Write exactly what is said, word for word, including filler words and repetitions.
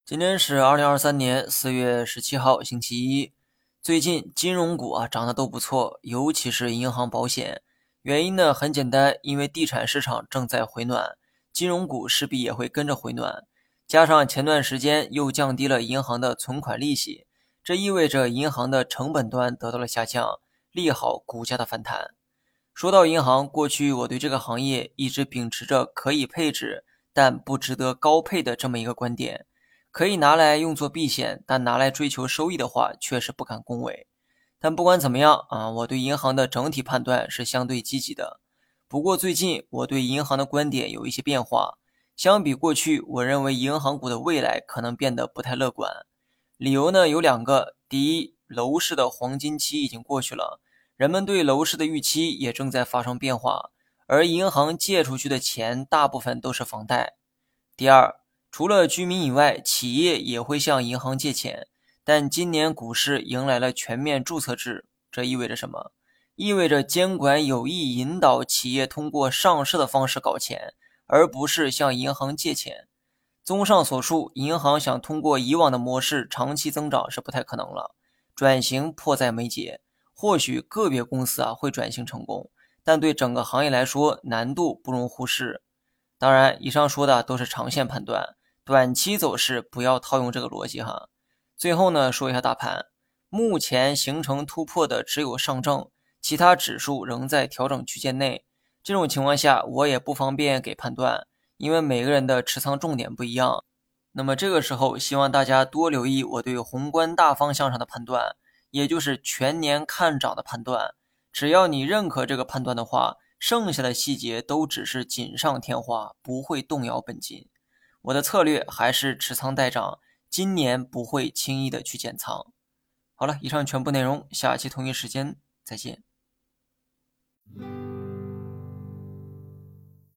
今天是二零二三年四月十七号，星期一。最近金融股啊涨得都不错，尤其是银行保险。原因呢很简单，因为地产市场正在回暖，金融股势必也会跟着回暖。加上前段时间又降低了银行的存款利息，这意味着银行的成本端得到了下降，利好股价的反弹。说到银行，过去我对这个行业一直秉持着可以配置，但不值得高配的这么一个观点。可以拿来用作避险，但拿来追求收益的话，确实不敢恭维。但不管怎么样啊，我对银行的整体判断是相对积极的。不过最近我对银行的观点有一些变化，相比过去，我认为银行股的未来可能变得不太乐观。理由呢有两个，第一，楼市的黄金期已经过去了，人们对楼市的预期也正在发生变化，而银行借出去的钱大部分都是房贷。第二，除了居民以外，企业也会向银行借钱，但今年股市迎来了全面注册制，这意味着什么？意味着监管有意引导企业通过上市的方式搞钱，而不是向银行借钱。综上所述，银行想通过以往的模式长期增长是不太可能了，转型迫在眉睫。或许个别公司啊会转型成功，但对整个行业来说难度不容忽视。当然，以上说的都是长线判断，短期走势不要套用这个逻辑哈。最后呢，说一下大盘，目前形成突破的只有上证，其他指数仍在调整区间内。这种情况下，我也不方便给判断，因为每个人的持仓重点不一样。那么这个时候，希望大家多留意我对宏观大方向上的判断，也就是全年看涨的判断。只要你认可这个判断的话，剩下的细节都只是锦上添花，不会动摇本金。我的策略还是持仓待涨，今年不会轻易的去减仓。好了，以上全部内容，下期同一时间再见。